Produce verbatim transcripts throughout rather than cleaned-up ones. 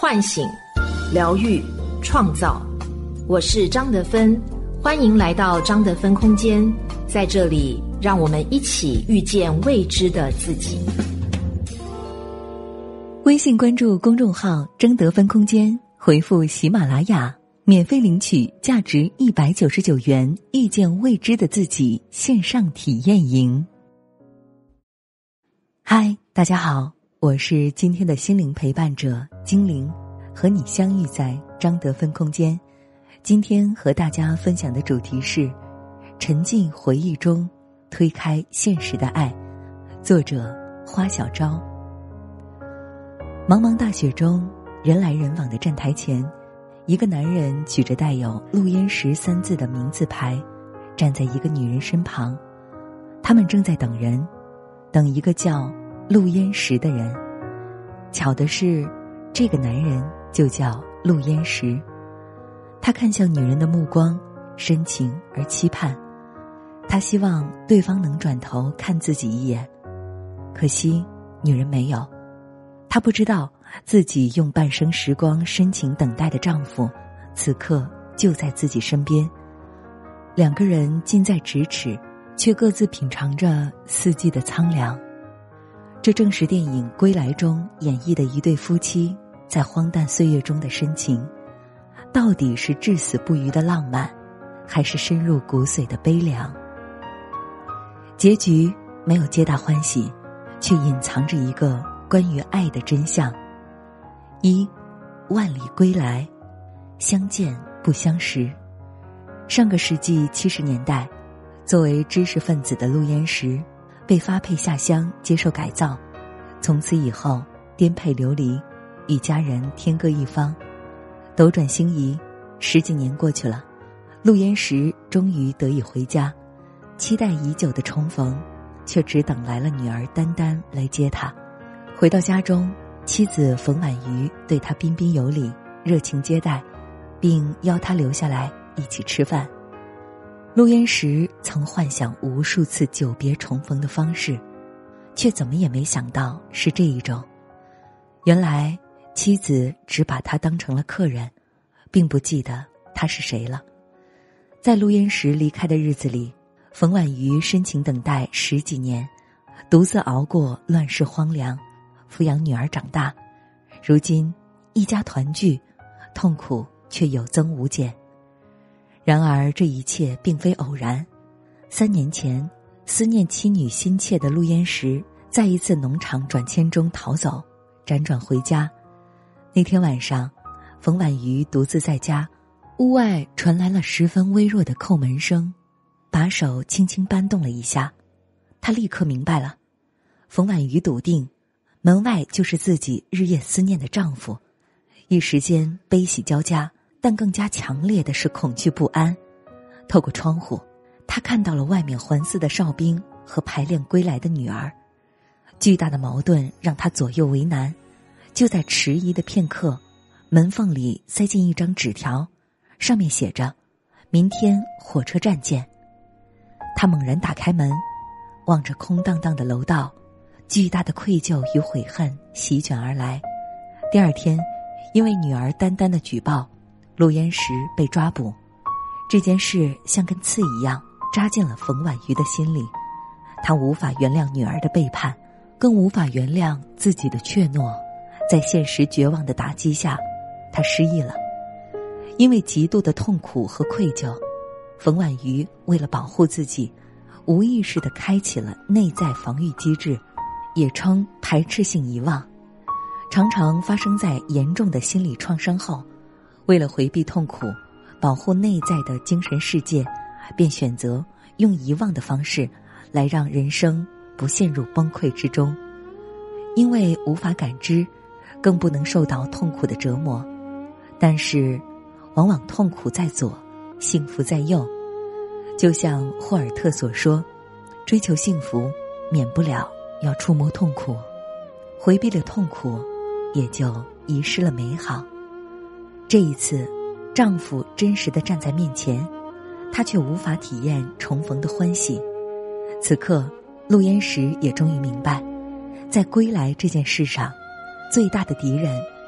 唤醒、疗愈、创造。我是张德芬，欢迎来到张德芬空间，在这里让我们一起遇见未知的自己。 微信关注公众号张德芬空间，回复喜马拉雅，免费领取价值一百九十九元遇见未知的自己线上体验营。嗨，大家好，我是今天的心灵陪伴者精灵，和你相遇在张德芬空间。今天和大家分享的主题是沉浸回忆中推开现实的爱，作者花小昭。茫茫大雪中，人来人往的站台前，一个男人举着带有陆焉识三字的名字牌，站在一个女人身旁。他们正在等人，等一个叫陆焉识的人。巧的是，这个男人就叫陆焉识。他看向女人的目光深情而期盼，他希望对方能转头看自己一眼，可惜女人没有。她不知道自己用半生时光深情等待的丈夫，此刻就在自己身边。两个人近在咫尺，却各自品尝着四季的苍凉。这正是电影《归来》中演绎的一对夫妻在荒诞岁月中的深情。到底是至死不渝的浪漫，还是深入骨髓的悲凉？结局没有皆大欢喜，却隐藏着一个关于爱的真相。一，万里归来，相见不相识。上个世纪七十年代，作为知识分子的陆焉识被发配下乡接受改造，从此以后颠沛流离，与家人天各一方。斗转星移，十几年过去了，陆焉识终于得以回家，期待已久的重逢，却只等来了女儿丹丹来接他。回到家中，妻子冯婉瑜对他彬彬有礼，热情接待，并邀他留下来一起吃饭。陆焉识曾幻想无数次久别重逢的方式，却怎么也没想到是这一种。原来妻子只把他当成了客人，并不记得他是谁了。在陆焉识离开的日子里，冯婉瑜深情等待十几年，独自熬过乱世荒凉，抚养女儿长大。如今一家团聚，痛苦却有增无减。然而这一切并非偶然。三年前，思念妻女心切的陆焉识在一次农场转迁中逃走，辗转回家。那天晚上，冯婉瑜独自在家，屋外传来了十分微弱的叩门声，把手轻轻搬动了一下。她立刻明白了，冯婉瑜笃定门外就是自己日夜思念的丈夫。一时间悲喜交加，但更加强烈的是恐惧不安。透过窗户，她看到了外面环伺的哨兵和排练归来的女儿。巨大的矛盾让她左右为难。就在迟疑的片刻，门缝里塞进一张纸条，上面写着明天火车站见。他猛然打开门，望着空荡荡的楼道，巨大的愧疚与悔恨席卷而来。第二天，因为女儿丹丹的举报，陆焉识被抓捕。这件事像根刺一样扎进了冯婉瑜的心里。她无法原谅女儿的背叛，更无法原谅自己的怯懦。在现实绝望的打击下，他失忆了。因为极度的痛苦和愧疚，冯婉瑜为了保护自己，无意识地开启了内在防御机制，也称排斥性遗忘。常常发生在严重的心理创伤后，为了回避痛苦，保护内在的精神世界，便选择用遗忘的方式来让人生不陷入崩溃之中。因为无法感知，更不能受到痛苦的折磨，但是往往痛苦在左，幸福在右。就像霍尔特所说，追求幸福免不了要触摸痛苦，回避了痛苦，也就遗失了美好。这一次，丈夫真实地站在面前，她却无法体验重逢的欢喜。此刻，陆焉识也终于明白，在归来这件事上，最大的敌人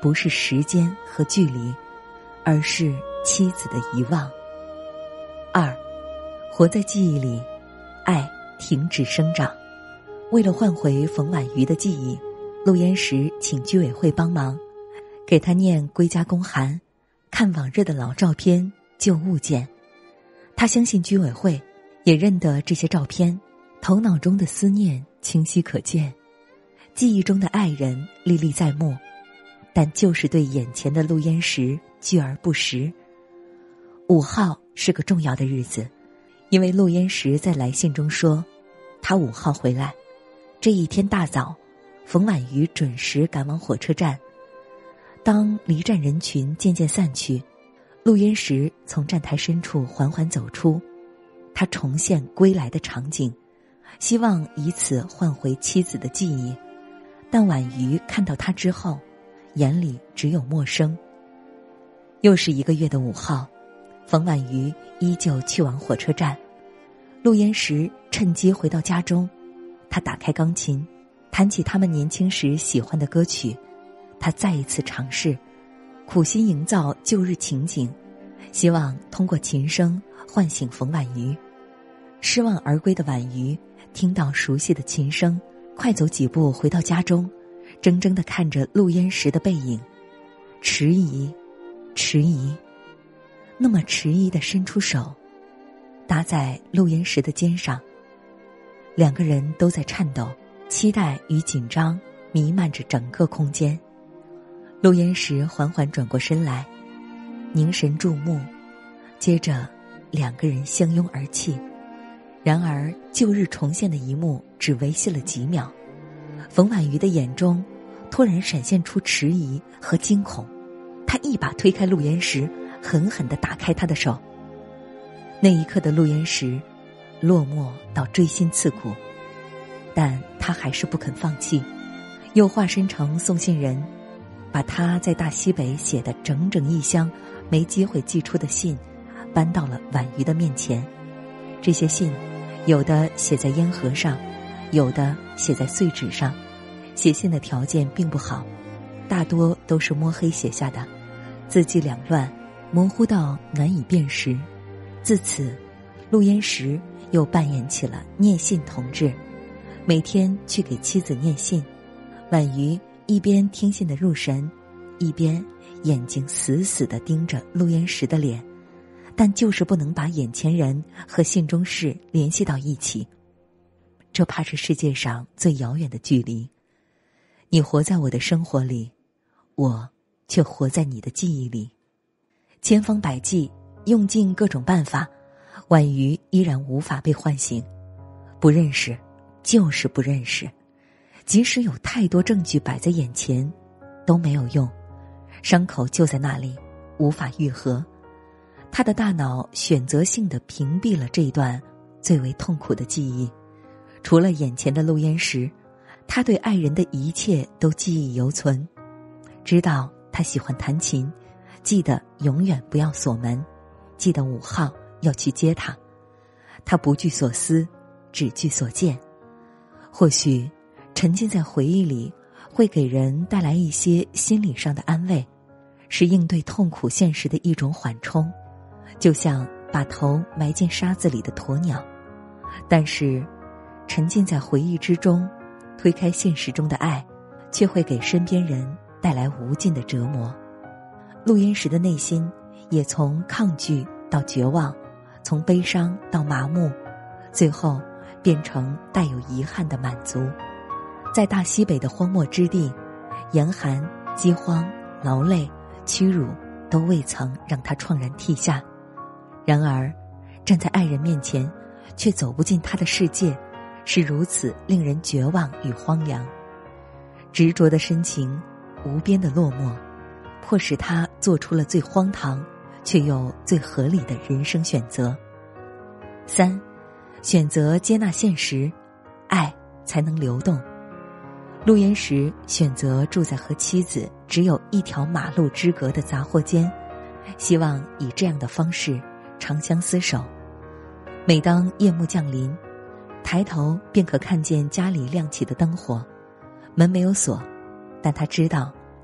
不是时间和距离，而是妻子的遗忘。二，活在记忆里，爱停止生长。为了换回冯婉瑜的记忆，陆焉识请居委会帮忙，给他念归家公函，看往日的老照片、旧物件。他相信居委会，也认得这些照片，头脑中的思念清晰可见，记忆中的爱人历历在目，但就是对眼前的陆焉识拒而不实。五号是个重要的日子，因为陆焉识在来信中说，他五号回来。这一天大早，冯婉瑜准时赶往火车站。当离站人群渐渐散去，陆焉识从站台深处缓缓走出，他重现归来的场景，希望以此换回妻子的记忆。但婉瑜看到他之后，眼里只有陌生。又是一个月的五号，冯婉瑜依旧去往火车站。陆焉识趁机回到家中，他打开钢琴，弹起他们年轻时喜欢的歌曲。他再一次尝试，苦心营造旧日情景，希望通过琴声唤醒冯婉瑜。失望而归的婉瑜听到熟悉的琴声，快走几步回到家中，怔怔地看着陆焉识的背影，迟疑，迟疑，那么迟疑地伸出手，搭在陆焉识的肩上。两个人都在颤抖，期待与紧张弥漫着整个空间。陆焉识缓缓转过身来，凝神注目，接着两个人相拥而泣。然而旧日重现的一幕只维系了几秒，冯婉瑜的眼中突然闪现出迟疑和惊恐，他一把推开陆焉识，狠狠地打开他的手。那一刻的陆焉识落寞到锥心刺骨，但他还是不肯放弃，又化身成送信人，把他在大西北写的整整一箱没机会寄出的信搬到了婉瑜的面前。这些信有的写在烟盒上，有的写在碎纸上，写信的条件并不好，大多都是摸黑写下的，字迹两乱，模糊到难以辨识。自此，陆焉识又扮演起了念信同志，每天去给妻子念信。婉瑜一边听信的入神，一边眼睛死死地盯着陆焉识的脸，但就是不能把眼前人和信中事联系到一起。这怕是世界上最遥远的距离。你活在我的生活里，我却活在你的记忆里。千方百计，用尽各种办法，婉瑜依然无法被唤醒。不认识，就是不认识。即使有太多证据摆在眼前，都没有用，伤口就在那里，无法愈合。他的大脑选择性地屏蔽了这一段最为痛苦的记忆。除了眼前的陆焉识，他对爱人的一切都记忆犹存。知道他喜欢弹琴，记得永远不要锁门，记得五号要去接他。他不惧所思，只惧所见。或许沉浸在回忆里会给人带来一些心理上的安慰，是应对痛苦现实的一种缓冲，就像把头埋进沙子里的鸵鸟。但是沉浸在回忆之中，推开现实中的爱，却会给身边人带来无尽的折磨。陆焉识的内心也从抗拒到绝望，从悲伤到麻木，最后变成带有遗憾的满足。在大西北的荒漠之地，严寒、饥荒、劳累、屈辱都未曾让他怆然涕下。然而站在爱人面前，却走不进他的世界，是如此令人绝望与荒凉。执着的深情，无边的落寞，迫使他做出了最荒唐却又最合理的人生选择。三，选择接纳现实，爱才能流动。陆焉识选择住在和妻子只有一条马路之隔的杂货间，希望以这样的方式长相厮守。每当夜幕降临，抬头便可看见家里亮起的灯火，门没有锁，但他知道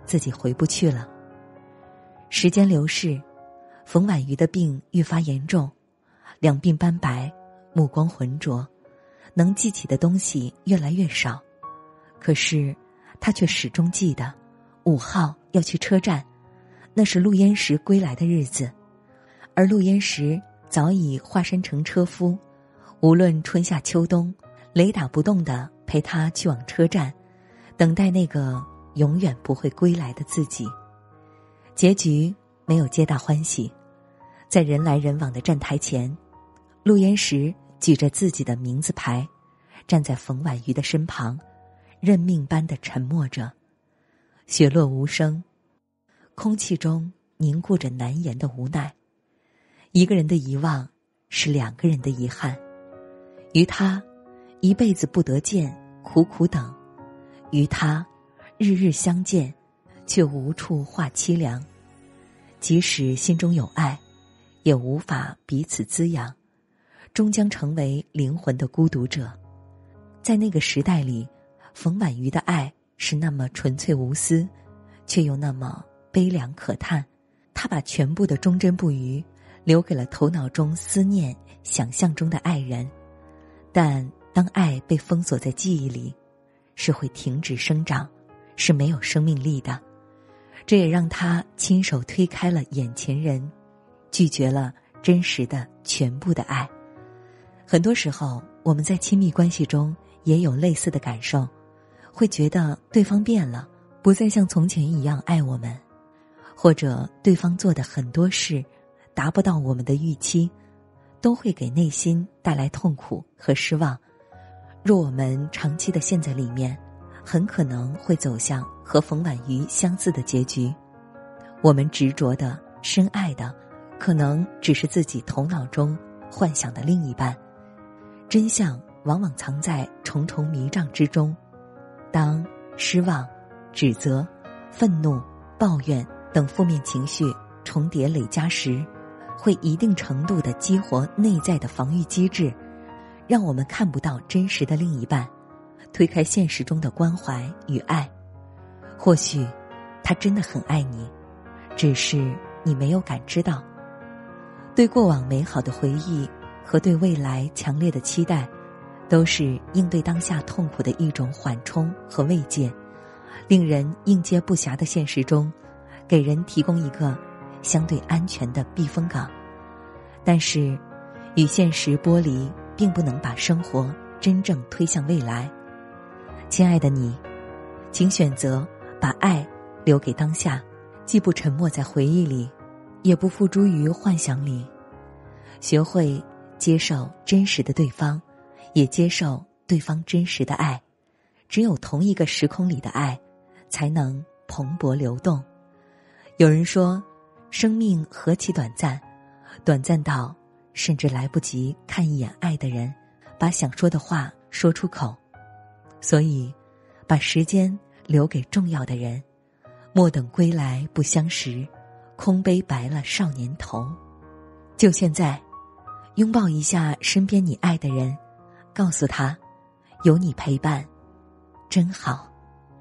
自己回不去了。时间流逝，冯婉瑜的病愈发严重，两鬓斑白，目光浑浊，能记起的东西越来越少。可是他却始终记得五号要去车站，那是陆焉识归来的日子，而陆焉识早已化身成车夫，无论春夏秋冬，雷打不动地陪他去往车站，等待那个永远不会归来的自己。结局没有皆大欢喜，在人来人往的站台前，陆焉识举着自己的名字牌，站在冯婉瑜的身旁，认命般地沉默着。雪落无声，空气中凝固着难言的无奈。一个人的遗忘是两个人的遗憾，于他一辈子不得见，苦苦等；于他日日相见，却无处话凄凉。即使心中有爱，也无法彼此滋养，终将成为灵魂的孤独者。在那个时代里，冯婉瑜的爱是那么纯粹无私，却又那么悲凉可叹。他把全部的忠贞不渝留给了头脑中思念想象中的爱人，但当爱被封锁在记忆里，是会停止生长，是没有生命力的。这也让他亲手推开了眼前人，拒绝了真实的全部的爱。很多时候我们在亲密关系中也有类似的感受，会觉得对方变了，不再像从前一样爱我们，或者对方做的很多事达不到我们的预期，都会给内心带来痛苦和失望。若我们长期的陷在里面，很可能会走向和冯婉瑜相似的结局。我们执着的、深爱的，可能只是自己头脑中幻想的另一半，真相往往藏在重重迷障之中。当失望、指责、愤怒、抱怨等负面情绪重叠累加时，会一定程度地激活内在的防御机制，让我们看不到真实的另一半，推开现实中的关怀与爱。或许他真的很爱你，只是你没有感知到。对过往美好的回忆和对未来强烈的期待，都是应对当下痛苦的一种缓冲和慰藉，令人应接不暇的现实中，给人提供一个相对安全的避风港。但是与现实剥离，并不能把生活真正推向未来。亲爱的你，请选择把爱留给当下，既不沉没在回忆里，也不付诸于幻想里。学会接受真实的对方，也接受对方真实的爱。只有同一个时空里的爱，才能蓬勃流动。有人说，生命何其短暂，短暂到甚至来不及看一眼爱的人，把想说的话说出口。所以把时间留给重要的人，莫等归来不相识，空杯白了少年头。就现在，拥抱一下身边你爱的人，告诉他，有你陪伴真好。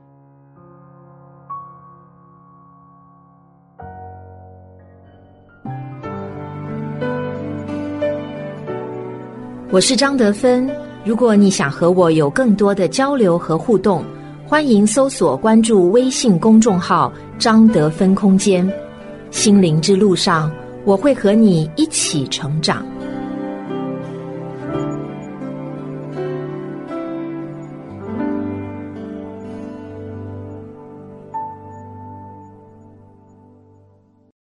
我是张德芬，如果你想和我有更多的交流和互动，欢迎搜索关注微信公众号张德芬空间。心灵之路上，我会和你一起成长。